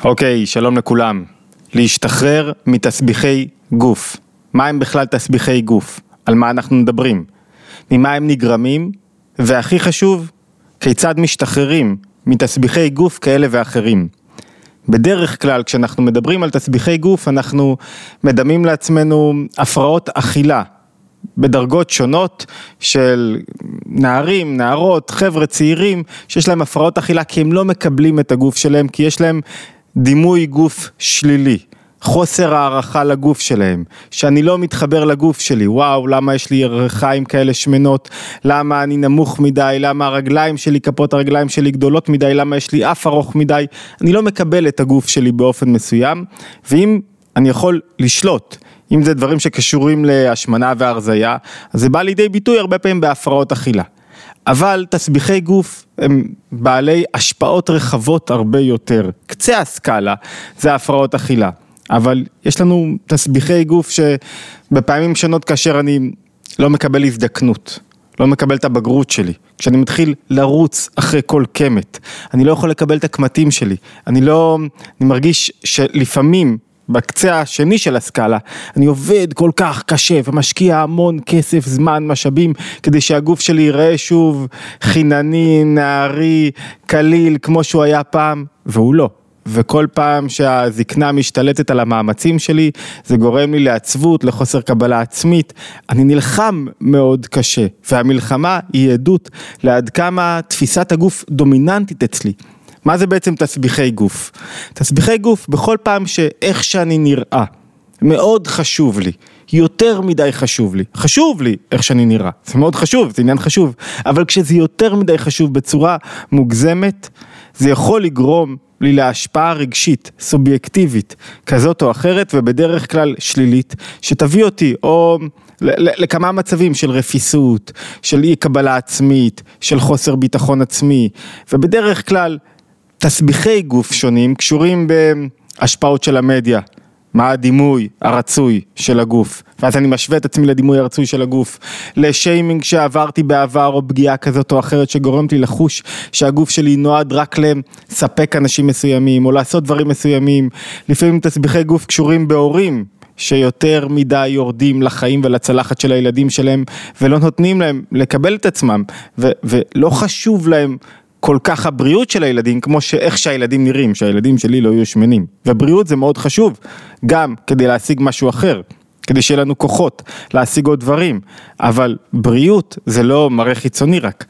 אוקיי, שלום לכולם. להשתחרר מתסביכי גוף. מה הם בכלל תסביכי גוף? על מה אנחנו מדברים? ממה הם נגרמים? והכי חשוב, כיצד משתחררים מתסביכי גוף כאלה ואחרים? בדרך כלל כשאנחנו מדברים על תסביכי גוף, אנחנו מדמים לעצמנו הפרעות אכילה, בדרגות שונות של נערים, נערות, חבר'ה צעירים, שיש להם הפרעות אכילה כי הם לא מקבלים את הגוף שלהם, כי יש להם דימוי גוף שלילי, חוסר הערכה לגוף שלהם, שאני לא מתחבר לגוף שלי, וואו, למה יש לי ירכיים כאלה שמנות, למה אני נמוך מדי, למה הרגליים שלי, כפות הרגליים שלי גדולות מדי, למה יש לי אף ארוך מדי, אני לא מקבל את הגוף שלי באופן מסוים, ואם אני יכול לשלוט, אם זה דברים שקשורים להשמנה והרזיה, אז זה בא לידי ביטוי הרבה פעמים בהפרעות אכילה. אבל תסביכי גוף הם בעלי השפעות רחבות הרבה יותר. קצה הסקאלה זה הפרעות אכילה. אבל יש לנו תסביכי גוף שבפעמים שונות כאשר אני לא מקבל הזדקנות, לא מקבל את הבגרות שלי. כשאני מתחיל לרוץ אחרי כל קמת, אני לא יכול לקבל את הקמטים שלי. אני מרגיש שלפעמים בקצה השני של הסקאלה, אני עובד כל כך קשה ומשקיע המון כסף, זמן, משאבים, כדי שהגוף שלי ייראה שוב חינני, נערי, קליל, כמו שהוא היה פעם, והוא לא. וכל פעם שהזקנה משתלטת על המאמצים שלי, זה גורם לי לעצבות, לחוסר קבלה עצמית. אני נלחם מאוד קשה, והמלחמה היא עדות לעד כמה תפיסת הגוף דומיננטית אצלי. מה זה בעצם תסביכי גוף? תסביכי גוף, בכל פעם שאיך שאני נראה, מאוד חשוב לי, יותר מדי חשוב לי איך שאני נראה, זה מאוד חשוב, זה עניין חשוב, אבל כשזה יותר מדי חשוב בצורה מוגזמת, זה יכול לגרום לי להשפעה רגשית, סובייקטיבית, כזאת או אחרת, ובדרך כלל שלילית, שתביא אותי, או לכמה מצבים של רפיסות, של אי קבלה עצמית, של חוסר ביטחון עצמי, ובדרך כלל, תסביכי גוף שונים קשורים בהשפעות של המדיה, מה הדימוי הרצוי של הגוף, ואז אני משווה את עצמי לדימוי הרצוי של הגוף, לשיימינג שעברתי בעבר או פגיעה כזאת או אחרת שגורמת לי לחוש שהגוף שלי נועד רק לספק אנשים מסוימים או לעשות דברים מסוימים. לפעמים תסביכי גוף קשורים בהורים שיותר מדי יורדים לחיים ולצלחת של הילדים שלהם ולא נותנים להם לקבל את עצמם ולא חשוב להם כל כך הבריאות של הילדים, כמו שאיך שהילדים נראים, שהילדים שלי לא יהיו שמנים. ובריאות זה מאוד חשוב, גם כדי להשיג משהו אחר, כדי שיהיה לנו כוחות, להשיג עוד דברים. אבל בריאות זה לא מראה חיצוני רק.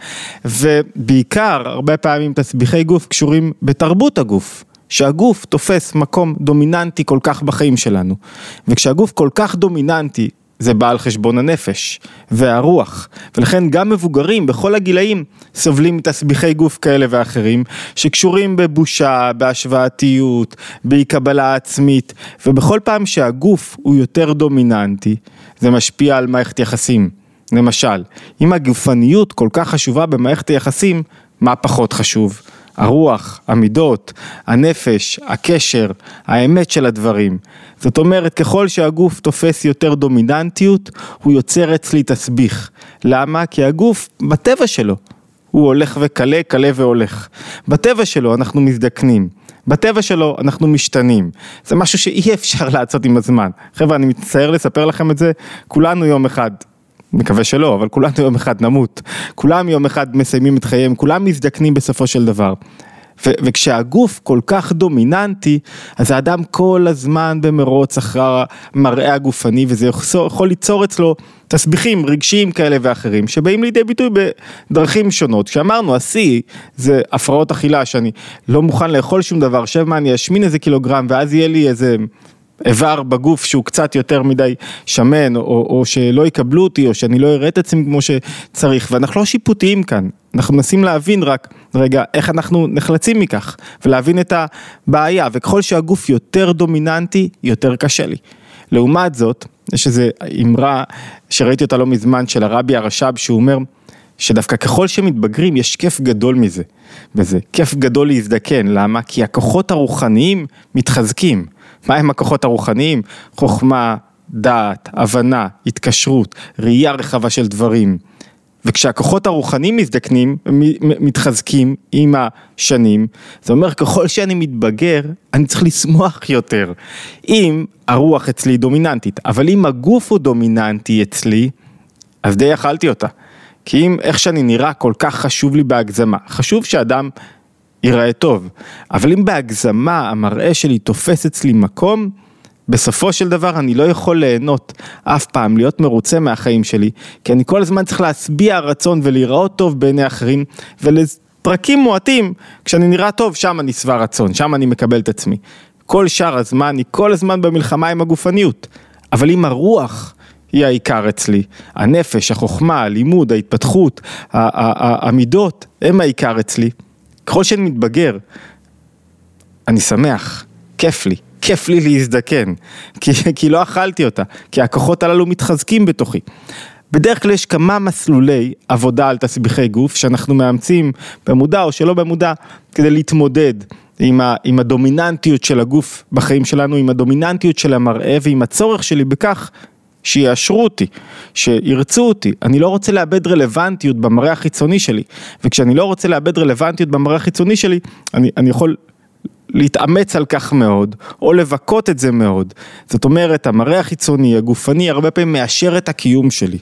ובעיקר, הרבה פעמים תסביכי גוף קשורים בתרבות הגוף. שהגוף תופס מקום דומיננטי כל כך בחיים שלנו. וכשהגוף כל כך דומיננטי, זה בא על חשבון הנפש והרוח, ולכן גם מבוגרים בכל הגילאים סובלים מתסביכי גוף כאלה ואחרים, שקשורים בבושה, בהשוואתיות, באי קבלה עצמית, ובכל פעם שהגוף הוא יותר דומיננטי, זה משפיע על מערכת יחסים. למשל, אם הגופניות כל כך חשובה במערכת היחסים, מה פחות חשוב? הרוח, המידות, הנפש, הקשר, האמת של הדברים. זאת אומרת, ככל שהגוף תופס יותר דומיננטיות, הוא יוצר אצלי תסביך. למה? כי הגוף, בטבע שלו, הוא הולך וקלה, קלה והולך. בטבע שלו אנחנו מזדקנים. בטבע שלו אנחנו משתנים. זה משהו שאי אפשר לעשות עם הזמן. חבר'ה, אני מצטער לספר לכם את זה, כולנו יום אחד. מקווה שלא, אבל כולנו יום אחד נמות. כולם יום אחד מסיימים את חייהם, כולם מזדקנים בסופו של דבר. וכשהגוף כל כך דומיננטי, אז האדם כל הזמן במרוץ אחר המראה הגופני, וזה יכול ליצור אצלו תסביכים רגשיים כאלה ואחרים, שבאים לידי ביטוי בדרכים שונות. כשאמרנו, השיא זה הפרעות אכילה, שאני לא מוכן לאכול שום דבר, מה אני אשמין איזה קילוגרם, ואז יהיה לי איזה איבר בגוף שהוא קצת יותר מדי שמן, או שלא יקבלו אותי, או שאני לא אראה את עצמי כמו שצריך, ואנחנו לא שיפוטיים כאן, אנחנו מנסים להבין רק, רגע, איך אנחנו נחלצים מכך, ולהבין את הבעיה, וככל שהגוף יותר דומיננטי, יותר קשה לי. לעומת זאת, יש איזו אמרה, שראיתי אותה לא מזמן, של הרבי הרש"ב, שהוא אומר, שדווקא ככל שמתבגרים, יש כיף גדול מזה, וזה כיף גדול להזדקן, למה? כי הכוחות הרוחניים מתחזקים. מה הם הכוחות הרוחניים? חוכמה, דעת, הבנה, התקשרות, ראייה רחבה של דברים. וכשהכוחות הרוחניים מזדקנים, מתחזקים עם השנים, זה אומר ככל שאני מתבגר, אני צריך לשמוח יותר. אם הרוח אצלי דומיננטית, אבל אם הגוף הוא דומיננטי אצלי, אז די אכלתי אותה. כי אם איך שאני נראה כל כך חשוב לי בהגזמה, חשוב שאדם ייראה טוב, אבל אם בהגזמה המראה שלי תופס אצלי מקום, בסופו של דבר אני לא יכול ליהנות אף פעם, להיות מרוצה מהחיים שלי, כי אני כל הזמן צריך להשביע רצון ולהיראות טוב בעיני אחרים, ולפרקים מועטים, כשאני נראה טוב, שם אני שבע רצון, שם אני מקבל את עצמי. כל שאר הזמן, אני כל הזמן במלחמה עם הגופניות, אבל אם הרוח היא העיקר אצלי, הנפש, החוכמה, הלימוד, ההתפתחות, המידות, הם העיקר אצלי, ככל שאני מתבגר, אני שמח, כיף לי להזדקן, כי לא אכלתי אותה, כי הכוחות הללו מתחזקים בתוכי. בדרך כלל יש כמה מסלולי עבודה על תסביכי גוף, שאנחנו מאמצים במודע או שלא במודע, כדי להתמודד עם הדומיננטיות של הגוף בחיים שלנו, עם הדומיננטיות של המראה, ועם הצורך שלי בכך שיאשרו אותי, שירצו אותי. אני לא רוצה לאבד רלוונטיות במראה החיצוני שלי, וכשאני לא רוצה לאבד רלוונטיות במראה החיצוני שלי, אני יכול להתאמץ על כך מאוד, או לבקות את זה מאוד. זאת אומרת, המראה החיצוני, הגופני, הרבה פעמים מאשר את הקיום שלי.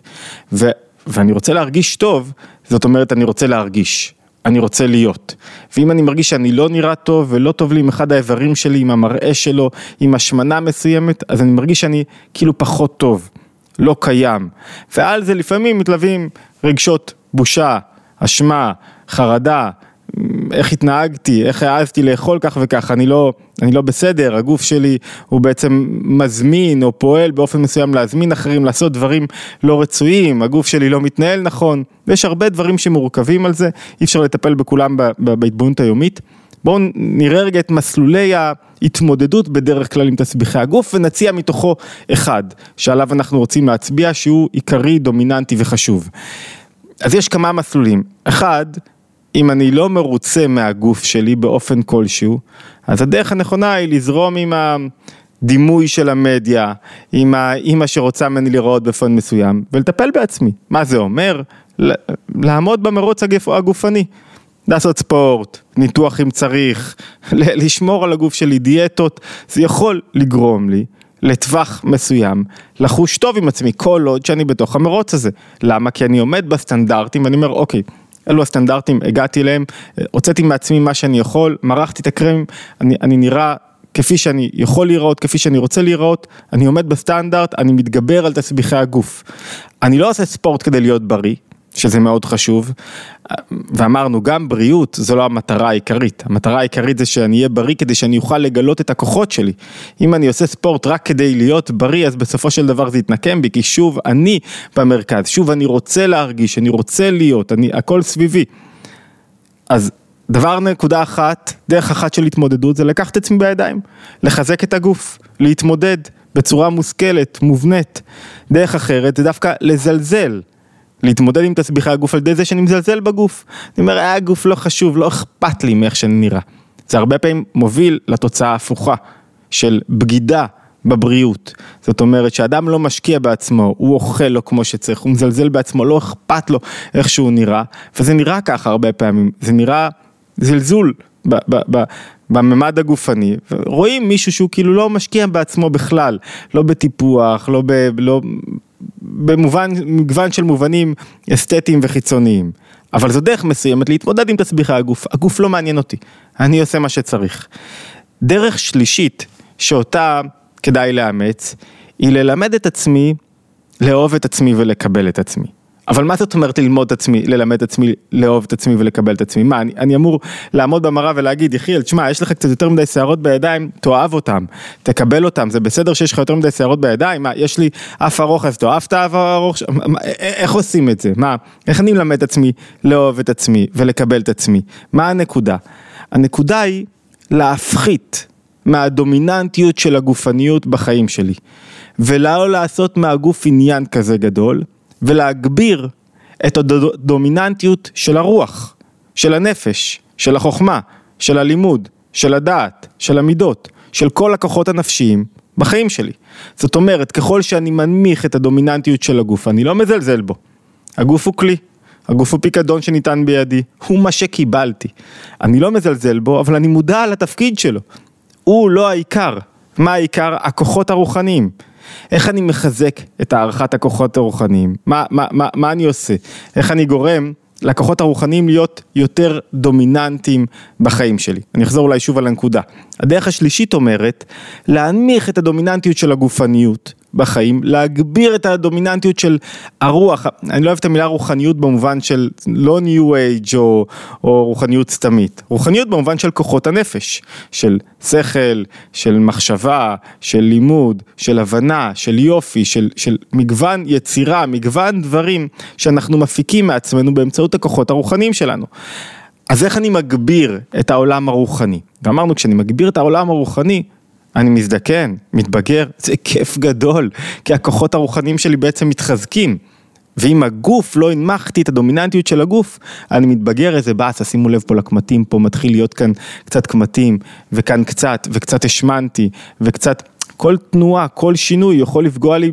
ואני רוצה להרגיש טוב, זאת אומרת, אני רוצה להרגיש. אני רוצה להיות. ואם אני מרגיש שאני לא נראה טוב, ולא טוב לי עם אחד האיברים שלי, עם המראה שלו, עם השמנה מסוימת, אז אני מרגיש שאני כאילו פחות טוב, לא קיים. ועל זה לפעמים מתלווים רגשות בושה, אשמה, חרדה, איך התנהגתי, איך העזתי לאכול כך וכך, אני לא בסדר, הגוף שלי הוא בעצם מזמין או פועל באופן מסוים להזמין אחרים, לעשות דברים לא רצויים, הגוף שלי לא מתנהל נכון, ויש הרבה דברים שמורכבים על זה, אי אפשר לטפל בכולם בהתבוננות היומית. בואו נראה רגע את מסלולי ההתמודדות בדרך כלל עם תסביכי הגוף, ונציע מתוכו אחד, שעליו אנחנו רוצים להצביע, שהוא עיקרי, דומיננטי וחשוב. אז יש כמה מסלולים. אחד, אם אני לא מרוצה מהגוף שלי באופן כלשהו, אז הדרך הנכונה היא לזרום עם הדימוי של המדיה, עם האמא שרוצה ממני לראות באופן מסוים, ולטפל בעצמי. מה זה אומר? לעמוד במרוץ הגופני, לעשות ספורט, ניתוח אם צריך, לשמור על הגוף שלי, דיאטות, זה יכול לגרום לי לטווח מסוים, לחוש טוב עם עצמי, כל עוד שאני בתוך המרוץ הזה. למה? כי אני עומד בסטנדרטים, ואני אומר, אוקיי, אלו הסטנדרטים, הגעתי אליהם, הוצאתי מעצמי מה שאני יכול, מרחתי את הקרם, אני נראה כפי שאני יכול להיראות, כפי שאני רוצה להיראות, אני עומד בסטנדרט, אני מתגבר על תסביכי הגוף. אני לא עושה ספורט כדי להיות בריא, שזה מאוד חשוב, ואמרנו גם בריאות זו לא המטרה העיקרית, המטרה העיקרית זה שאני אהיה בריא כדי שאני אוכל לגלות את הכוחות שלי. אם אני עושה ספורט רק כדי להיות בריא, אז בסופו של דבר זה יתנקם בי, כי שוב אני במרכז, שוב אני רוצה להרגיש, אני רוצה להיות, הכל סביבי. אז נקודה אחת, דרך אחת של התמודדות, זה לקחת את עצמי בידיים, לחזק את הגוף, להתמודד בצורה מושכלת, מובנית. דרך אחרת זה דווקא לזלזל, להתמודד עם תסביכי הגוף על ידי זה שאני מזלזל בגוף. אני אומר, הגוף לא חשוב, לא אכפת לי מאיך שאני נראה. זה הרבה פעמים מוביל לתוצאה ההפוכה של בגידה בבריאות. זאת אומרת שאדם לא משקיע בעצמו, הוא אוכל לו כמו שצריך, הוא מזלזל בעצמו, לא אכפת לו איך שהוא נראה, וזה נראה ככה הרבה פעמים, זה נראה זלזול בממד הגופני, רואים מישהו שהוא כאילו לא משקיע בעצמו בכלל, לא בטיפוח, לא במגוון של מובנים אסתטיים וחיצוניים, אבל זו דרך מסוימת להתמודד עם תסביכי הגוף, הגוף לא מעניין אותי, אני עושה מה שצריך. דרך שלישית שאותה כדאי לאמץ, היא ללמד את עצמי, לאהוב את עצמי ולקבל את עצמי. אבל מה זאת אומרת ללמוד את עצמי, ללמד את עצמי, לאהוב את עצמי ולקבל את עצמי? מה, אני אמור לעמוד במראה ולהגיד, יחיאל, תשמע, יש לך קצת יותר מדי שערות בידיים, תאהב אותם, תקבל אותם, זה בסדר שיש לך יותר מדי שערות בידיים, מה, יש לי אף ארוך, אז תאהב את האף ארוך, איך עושים את זה? מה, איך אני מלמד את עצמי, לאהוב את עצמי ולקבל את עצמי? מה הנקודה? הנקודה היא להפחית מהדומיננטיות של הגופניות בחיים שלי, ולא לעשות מהגוף עניין כזה גדול, ולהגביר את הדומיננטיות של הרוח, של הנפש, של החוכמה, של הלימוד, של הדעת, של המידות, של כל הכוחות הנפשיים בחיים שלי. זאת אומרת, ככל שאני מנמיך את הדומיננטיות של הגוף, אני לא מזלזל בו. הגוף הוא כלי, הגוף הוא פיקדון שניתן בידי, הוא מה שקיבלתי. אני לא מזלזל בו, אבל אני מודע לתפקיד שלו. הוא לא העיקר. מה העיקר? הכוחות הרוחניים. איך אני מחזק את הערכת הכוחות הרוחניים? מה אני עושה? איך אני גורם לכוחות הרוחניים להיות יותר דומיננטיים בחיים שלי? אני אחזור אולי שוב על הנקודה. הדרך השלישית אומרת, להנמיך את הדומיננטיות של הגופניות בחיים, להגביר את הדומיננטיות של הרוח. אני לא אוהב את המילה רוחניות במובן של לא ניו אייג' או רוחניות סתמית. רוחניות במובן של כוחות הנפש, של שכל, של מחשבה, של לימוד, של הבנה, של יופי, של מגוון יצירה, מגוון דברים שאנחנו מפיקים מעצמנו באמצעות הכוחות הרוחניים שלנו. אז איך אני מגביר את העולם הרוחני? ואמרנו, כשאני מגביר את העולם הרוחני, אני מזדקן, מתבגר, זה כיף גדול, כי הכוחות הרוחניים שלי בעצם מתחזקים, ואם הגוף לא הנמכתי את הדומיננטיות של הגוף, אני מתבגר איזה באס, שימו לב פה לקמטים, פה מתחיל להיות כאן קצת קמטים, וכאן קצת, וקצת השמנתי, וקצת, כל תנועה, כל שינוי יכול לפגוע לי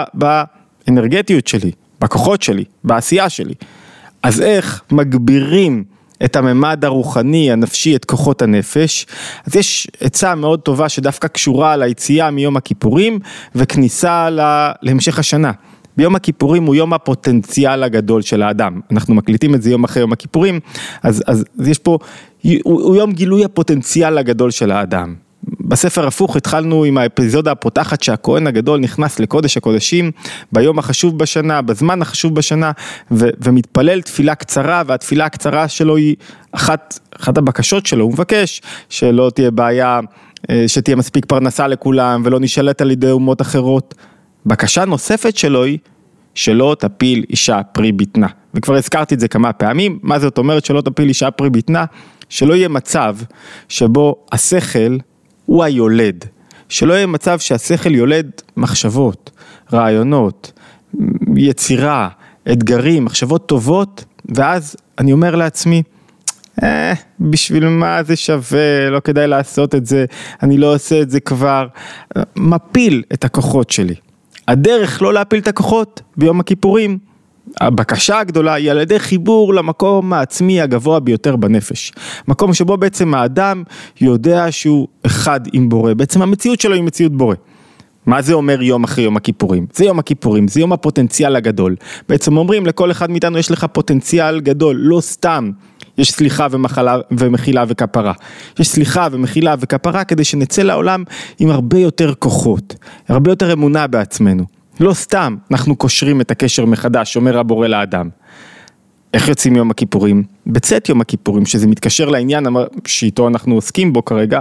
באנרגטיות שלי, בכוחות שלי, בעשייה שלי. אז איך מגבירים את הממד הרוחני, הנפשי, את כוחות הנפש? אז יש עצה מאוד טובה שדווקא קשורה ליציאה מיום הכיפורים וכניסה להמשך השנה. ביום הכיפורים הוא יום הפוטנציאל הגדול של האדם. אנחנו מקליטים את זה יום אחרי יום הכיפורים, אז יש פה, הוא יום גילוי הפוטנציאל הגדול של האדם. בספר הפוך התחלנו עם האפיזודה הפותחת שהכהן הגדול נכנס לקודש הקודשים ביום החשוב בשנה, בזמן החשוב בשנה, ומתפלל תפילה קצרה, והתפילה הקצרה שלו היא אחת הבקשות שלו, הוא מבקש שלא תהיה בעיה, שתהיה מספיק פרנסה לכולם, ולא נשלט על ידי אומות אחרות. בקשה נוספת שלו היא שלא תפיל אישה פרי בטנה, וכבר הזכרתי את זה כמה פעמים. מה זאת אומרת שלא תפיל אישה פרי בטנה? שלא יהיה מצב שבו השכל הוא היולד, שלא יהיה מצב שהשכל יולד מחשבות, רעיונות, יצירה, אתגרים, מחשבות טובות, ואז אני אומר לעצמי, בשביל מה זה שווה, לא כדאי לעשות את זה, אני לא עושה את זה כבר, מפיל את הכוחות שלי. הדרך לא להפיל את הכוחות ביום הכיפורים, הבקשה הגדולה היא על ידי חיבור למקום העצמי הגבוה ביותר בנפש. מקום שבו בעצם האדם יודע שהוא אחד עם בורא. בעצם המציאות שלו היא מציאות בורא. מה זה אומר יום אחרי יום הכיפורים? זה יום הכיפורים, זה יום הפוטנציאל הגדול. בעצם אומרים לכל אחד מאיתנו יש לך פוטנציאל גדול, לא סתם. יש סליחה ומחילה וכפרה. יש סליחה ומחילה וכפרה כדי שנצא לעולם עם הרבה יותר כוחות, הרבה יותר אמונה בעצמנו. לא סתם אנחנו קושרים את הקשר מחדש, אומר הבורא לאדם. איך יוצאים יום הכיפורים? בצאת יום הכיפורים, שזה מתקשר לעניין שאיתו אנחנו עוסקים בו כרגע,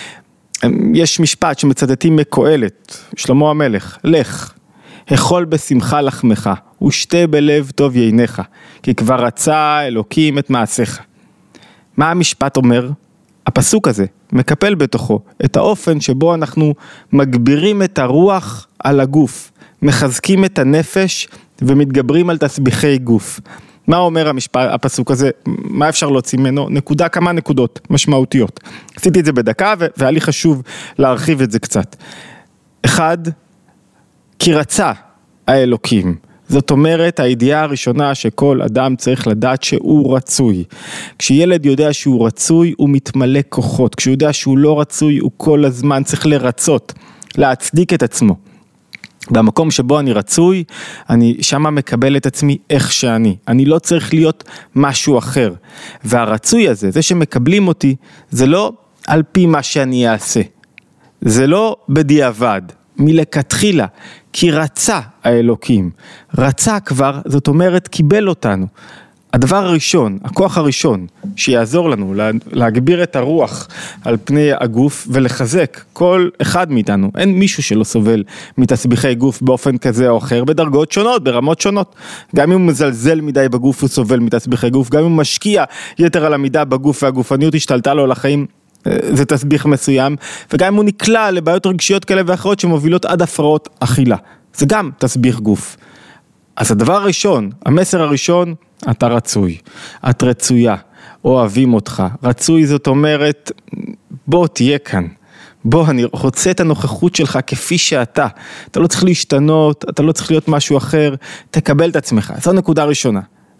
יש משפט שמצטטים מקהלת, שלמה המלך, לך, אכול בשמחה לחמך, ושתה בלב טוב ייניך, כי כבר רצה אלוקים את מעשיך. מה המשפט אומר? הפסוק הזה מקפל בתוכו את האופן שבו אנחנו מגבירים את הרוח על הגוף, מחזקים את הנפש ומתגברים על תסביכי גוף. מה אומר הפסוק הזה? מה אפשר להוציא ממנו? כמה נקודות משמעותיות. עשיתי את זה בדקה והיה לי חשוב להרחיב את זה קצת. אחד, כי רצה האלוקים. זאת אומרת, הידיעה הראשונה שכל אדם צריך לדעת שהוא רצוי. כשילד יודע שהוא רצוי, הוא מתמלא כוחות. כשהוא יודע שהוא לא רצוי, הוא כל הזמן צריך לרצות, להצדיק את עצמו. במקום שבו אני רצוי, אני שמה מקבל את עצמי איך שאני. אני לא צריך להיות משהו אחר. והרצוי הזה, זה שמקבלים אותי, זה לא על פי מה שאני אעשה. זה לא בדיעבד, מלכתחילה, כי רצה האלוקים. רצה כבר, זאת אומרת, קיבל אותנו. הדבר הראשון, הכוח הראשון, שיעזור לנו להגביר את הרוח על פני הגוף ולחזק כל אחד מאיתנו. אין מישהו שלא סובל מתסביכי גוף באופן כזה או אחר, בדרגות שונות, ברמות שונות. גם אם הוא מזלזל מדי בגוף, הוא סובל מתסביכי גוף. גם אם הוא משקיע יתר על המידה בגוף והגופניות השתלטה לו לחיים, זה תסביך מסוים. וגם אם הוא נקלע לבעיות רגשיות כאלה ואחרות שמובילות עד הפרעות אכילה. זה גם תסביך גוף. אז הדבר הראשון, המסר הראשון, אתה רצוי, את רצויה, אוהבים אותך. רצוי זאת אומרת, בוא תהיה כאן, בוא אני רוצה את הנוכחות שלך כפי שאתה. אתה לא צריך להשתנות, אתה לא צריך להיות משהו אחר, תקבל את עצמך. זו נקודה ראשונה.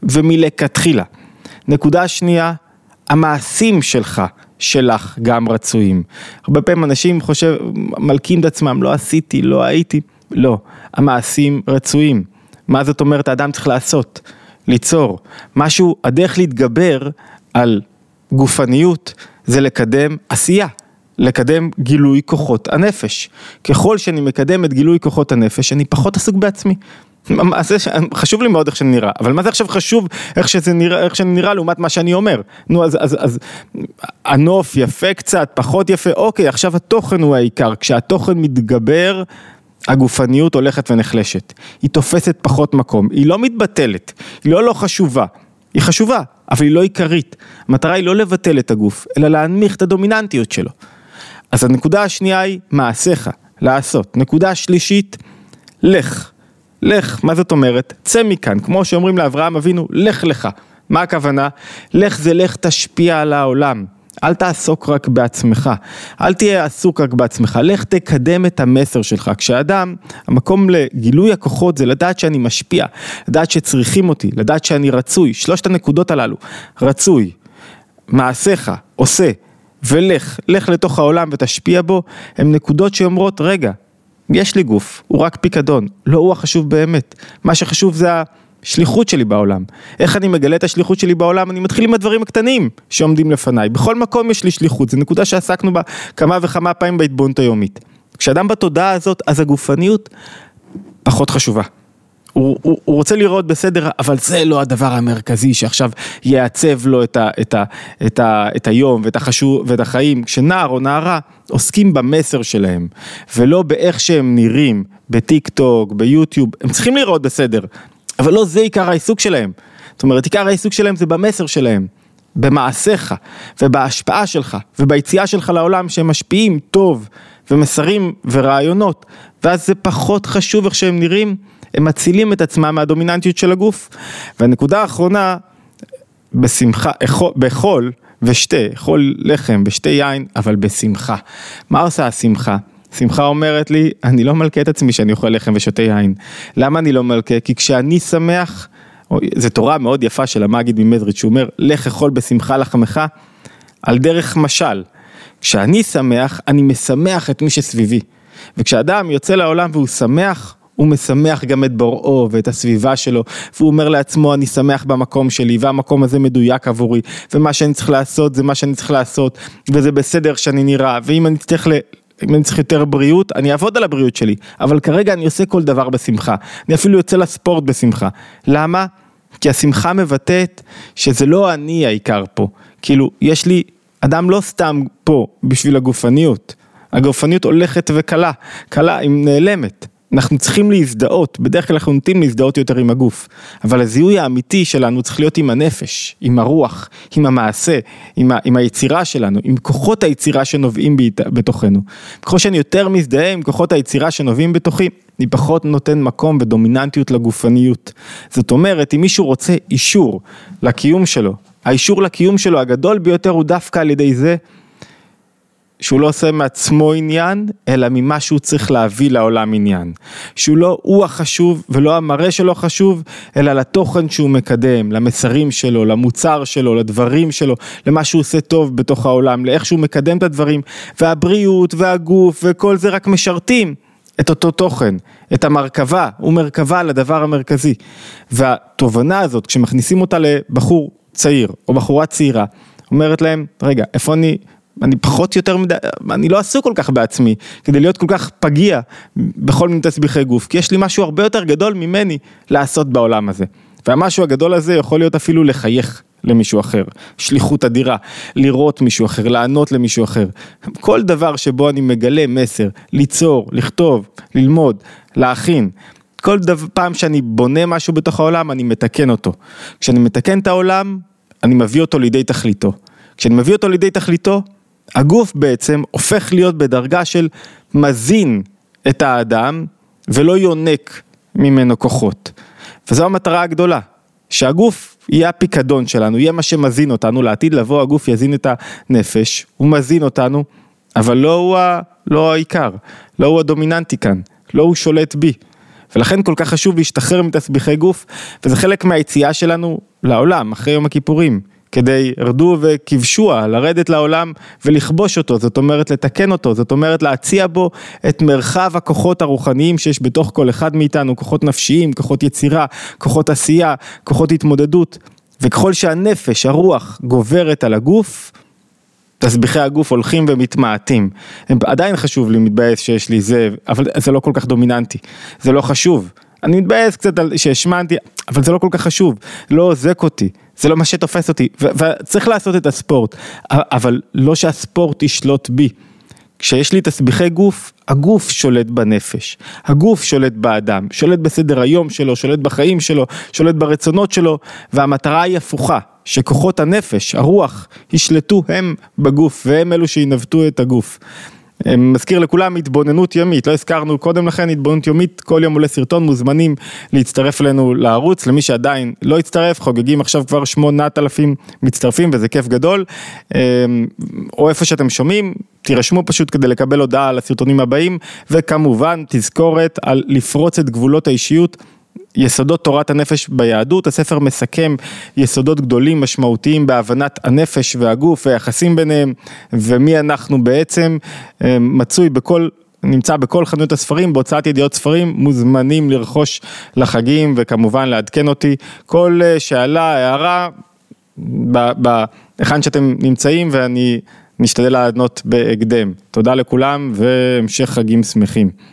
ומלכתחילה. נקודה שנייה, המעשים שלך גם רצויים. הרבה פעמים אנשים מלקים את עצמם, לא עשיתי, לא הייתי, לא, המעשים רצויים. מה זאת אומרת? האדם צריך לעשות, ליצור. משהו, הדרך להתגבר על גופניות, זה לקדם עשייה, לקדם גילוי כוחות הנפש. ככל שאני מקדם את גילוי כוחות הנפש, אני פחות עסוק בעצמי. חשוב לי מאוד איך שאני נראה, אבל מה זה עכשיו חשוב איך שאני נראה לעומת מה שאני אומר? נו, אז הנוף יפה קצת, פחות יפה, אוקיי, עכשיו התוכן הוא העיקר, כשהתוכן מתגבר, הגופניות הולכת ונחלשת, היא תופסת פחות מקום, היא לא מתבטלת, היא לא חשובה, היא חשובה, אבל היא לא עיקרית, המטרה היא לא לבטל את הגוף, אלא להנמיך את הדומיננטיות שלו. אז הנקודה השנייה היא מעשיך, לעשות. נקודה שלישית, לך, מה זאת אומרת? צא מכאן, כמו שאומרים לאברהם אבינו, לך לך. מה הכוונה? לך זה לך תשפיע על העולם. אל תעסוק רק בעצמך, אל תהיה עסוק רק בעצמך, לך תקדם את המסר שלך. כשאדם, המקום לגילוי הכוחות זה לדעת שאני משפיע, לדעת שצריכים אותי, לדעת שאני רצוי. שלושת הנקודות הללו, רצוי, מעשיך, עושה, ולך לתוך העולם ותשפיע בו, הם נקודות שאומרות, רגע, יש לי גוף, הוא רק פיקדון, לא הוא החשוב באמת. מה שחשוב זה השליחות שלי בעולם. איך אני מגלה את השליחות שלי בעולם? אני מתחיל עם הדברים הקטנים שעומדים לפניי. בכל מקום יש לי שליחות, זו נקודה שעסקנו בה כמה וכמה פעמים בהתבוננות היומית. כשאדם בתודעה הזאת, אז הגופניות פחות חשובה. הוא רוצה לראות בסדר, אבל זה לא הדבר המרכזי שעכשיו יעצב לו את היום ואת החיים. כשנער או נערה עוסקים במסר שלהם, ולא באיך שהם נראים, בטיק טוק, ביוטיוב, הם צריכים לראות בסדר, אבל לא זה עיקר העיסוק שלהם. זאת אומרת, עיקר העיסוק שלהם זה במסר שלהם, במעשיך ובהשפעה שלך וביציאה שלך לעולם שהם משפיעים טוב ומסרים ורעיונות, ואז זה פחות חשוב איך שהם נראים, הם מצילים את עצמם מהדומיננטיות של הגוף. והנקודה האחרונה, בשמחה, באכול ושתה, אכול לחם ושתה יין, אבל בשמחה. מה עושה השמחה? שמחה אומרת לי, אני לא מלכה את עצמי שאני אוכל לחם ושותה יין. למה אני לא מלכה? כי כשאני שמח, זו תורה מאוד יפה של המגיד ממזריץ', שהוא אומר, לך אכול בשמחה לחמך, על דרך משל. כשאני שמח, אני משמח את מי שסביבי. וכשאדם יוצא לעולם והוא שמח, הוא משמח גם את בוראו ואת הסביבה שלו, והוא אומר לעצמו, אני שמח במקום שלי, והמקום הזה מדויק עבורי, ומה שאני צריך לעשות, זה מה שאני צריך לעשות, וזה בסדר שאני נראה, ואם אני צריך יותר בריאות, אני אעבוד על הבריאות שלי, אבל כרגע אני עושה כל דבר בשמחה, אני אפילו יוצא לספורט בשמחה. למה? כי השמחה מבטאת שזה לא אני העיקר פה, כאילו יש לי, אדם לא סתם פה בשביל הגופניות, הגופניות הולכת וקלה, קלה, היא נעלמת. אנחנו צריכים להזדהות, בדרך כלל אנחנו נוטים להזדהות יותר עם הגוף, אבל הזיהוי האמיתי שלנו צריך להיות עם הנפש, עם הרוח, עם המעשה, עם היצירה שלנו, עם כוחות היצירה שנובעים בתוכנו. ככל שאני יותר מזדהה עם כוחות היצירה שנובעים בתוכי, אני פחות נותן מקום ודומיננטיות לגופניות. זאת אומרת, אם מישהו רוצה אישור לקיום שלו, האישור לקיום שלו הגדול ביותר הוא דווקא על ידי זה, שהוא לא עושה מעצמו עניין, אלא ממה שהוא צריך להביא לעולם עניין. שהוא לא הוא החשוב, ולא המראה שלו חשוב, אלא לתוכן שהוא מקדם, למסרים שלו, למוצר שלו, לדברים שלו, למה שהוא עושה טוב בתוך העולם, לאיך שהוא מקדם את הדברים, והבריאות והגוף וכל זה רק משרתים את אותו תוכן, את המרכבה, הוא מרכבה לדבר המרכזי. והתובנה הזאת, כשמכניסים אותה לבחור צעיר, או בחורה צעירה, אומרת להם, רגע, איפה אני פחות יותר מדי, אני לא עסוק כל כך בעצמי, כדי להיות כל כך פגיע בכל מיני תסביכי גוף, כי יש לי משהו הרבה יותר גדול ממני לעשות בעולם הזה. והמשהו הגדול הזה יכול להיות אפילו לחייך למישהו אחר, שליחות אדירה, לראות מישהו אחר, לענות למישהו אחר. כל דבר שבו אני מגלה מסר, ליצור, לכתוב, ללמוד, להכין, כל פעם שאני בונה משהו בתוך העולם, אני מתקן אותו. כשאני מתקן את העולם, אני מביא אותו לידי תכליתו. כשאני מביא אותו לידי תכליתו, הגוף בעצם הופך להיות בדרגה של מזין את האדם, ולא יונק ממנו כוחות. וזו המטרה הגדולה, שהגוף יהיה הפיקדון שלנו, יהיה מה שמזין אותנו, לעתיד לבוא הגוף יזין את הנפש, הוא מזין אותנו, אבל לא הוא העיקר, לא הוא הדומיננטי כאן, לא הוא שולט בי. ולכן כל כך חשוב להשתחרר מתסביכי גוף, וזה חלק מהיציאה שלנו לעולם, אחרי יום הכיפורים, כדי רדו וכבשוע, לרדת לעולם ולכבוש אותו, זאת אומרת לתקן אותו, זאת אומרת להציע בו את מרחב הכוחות הרוחניים שיש בתוך כל אחד מאיתנו, כוחות נפשיים, כוחות יצירה, כוחות עשייה, כוחות התמודדות, וככל שהנפש, הרוח, גוברת על הגוף, תסביכי הגוף הולכים ומתמעטים. עדיין חשוב לי מתבאס שיש לי זה, אבל זה לא כל כך דומיננטי, זה לא חשוב. אני מתבאס קצת שהשמנתי, אבל זה לא כל כך חשוב, לא עוזק אותי, זה לא מה שתופס אותי, וצריך לעשות את הספורט, אבל לא שהספורט ישלוט בי. כשיש לי תסביכי גוף, הגוף שולט בנפש, הגוף שולט באדם, שולט בסדר היום שלו, שולט בחיים שלו, שולט ברצונות שלו, והמטרה היא הפוכה, שכוחות הנפש, הרוח, ישלטו הם בגוף, והם אלו שינווטו את הגוף. מזכיר לכולם התבוננות יומית, לא הזכרנו קודם לכן התבוננות יומית, כל יום עולה סרטון, מוזמנים להצטרף אלינו לערוץ, למי שעדיין לא הצטרף, חוגגים עכשיו כבר 8,000 מצטרפים וזה כיף גדול, או איפה שאתם שומעים, תירשמו פשוט כדי לקבל הודעה על הסרטונים הבאים, וכמובן תזכורת על לפרוץ את גבולות האישיות, יסודות תורת הנפש ביהדות, הספר מסכם יסודות גדולים משמעותיים בהבנת הנפש והגוף והיחסים ביניהם, ומי אנחנו בעצם, נמצא בכל חנויות הספרים, בהוצאת ידיעות ספרים, מוזמנים לרכוש לחגים, וכמובן לעדכן אותי, כל שאלה, הערה, היכן שאתם נמצאים, ואני נשתדל לענות בהקדם. תודה לכולם, והמשך חגים שמחים.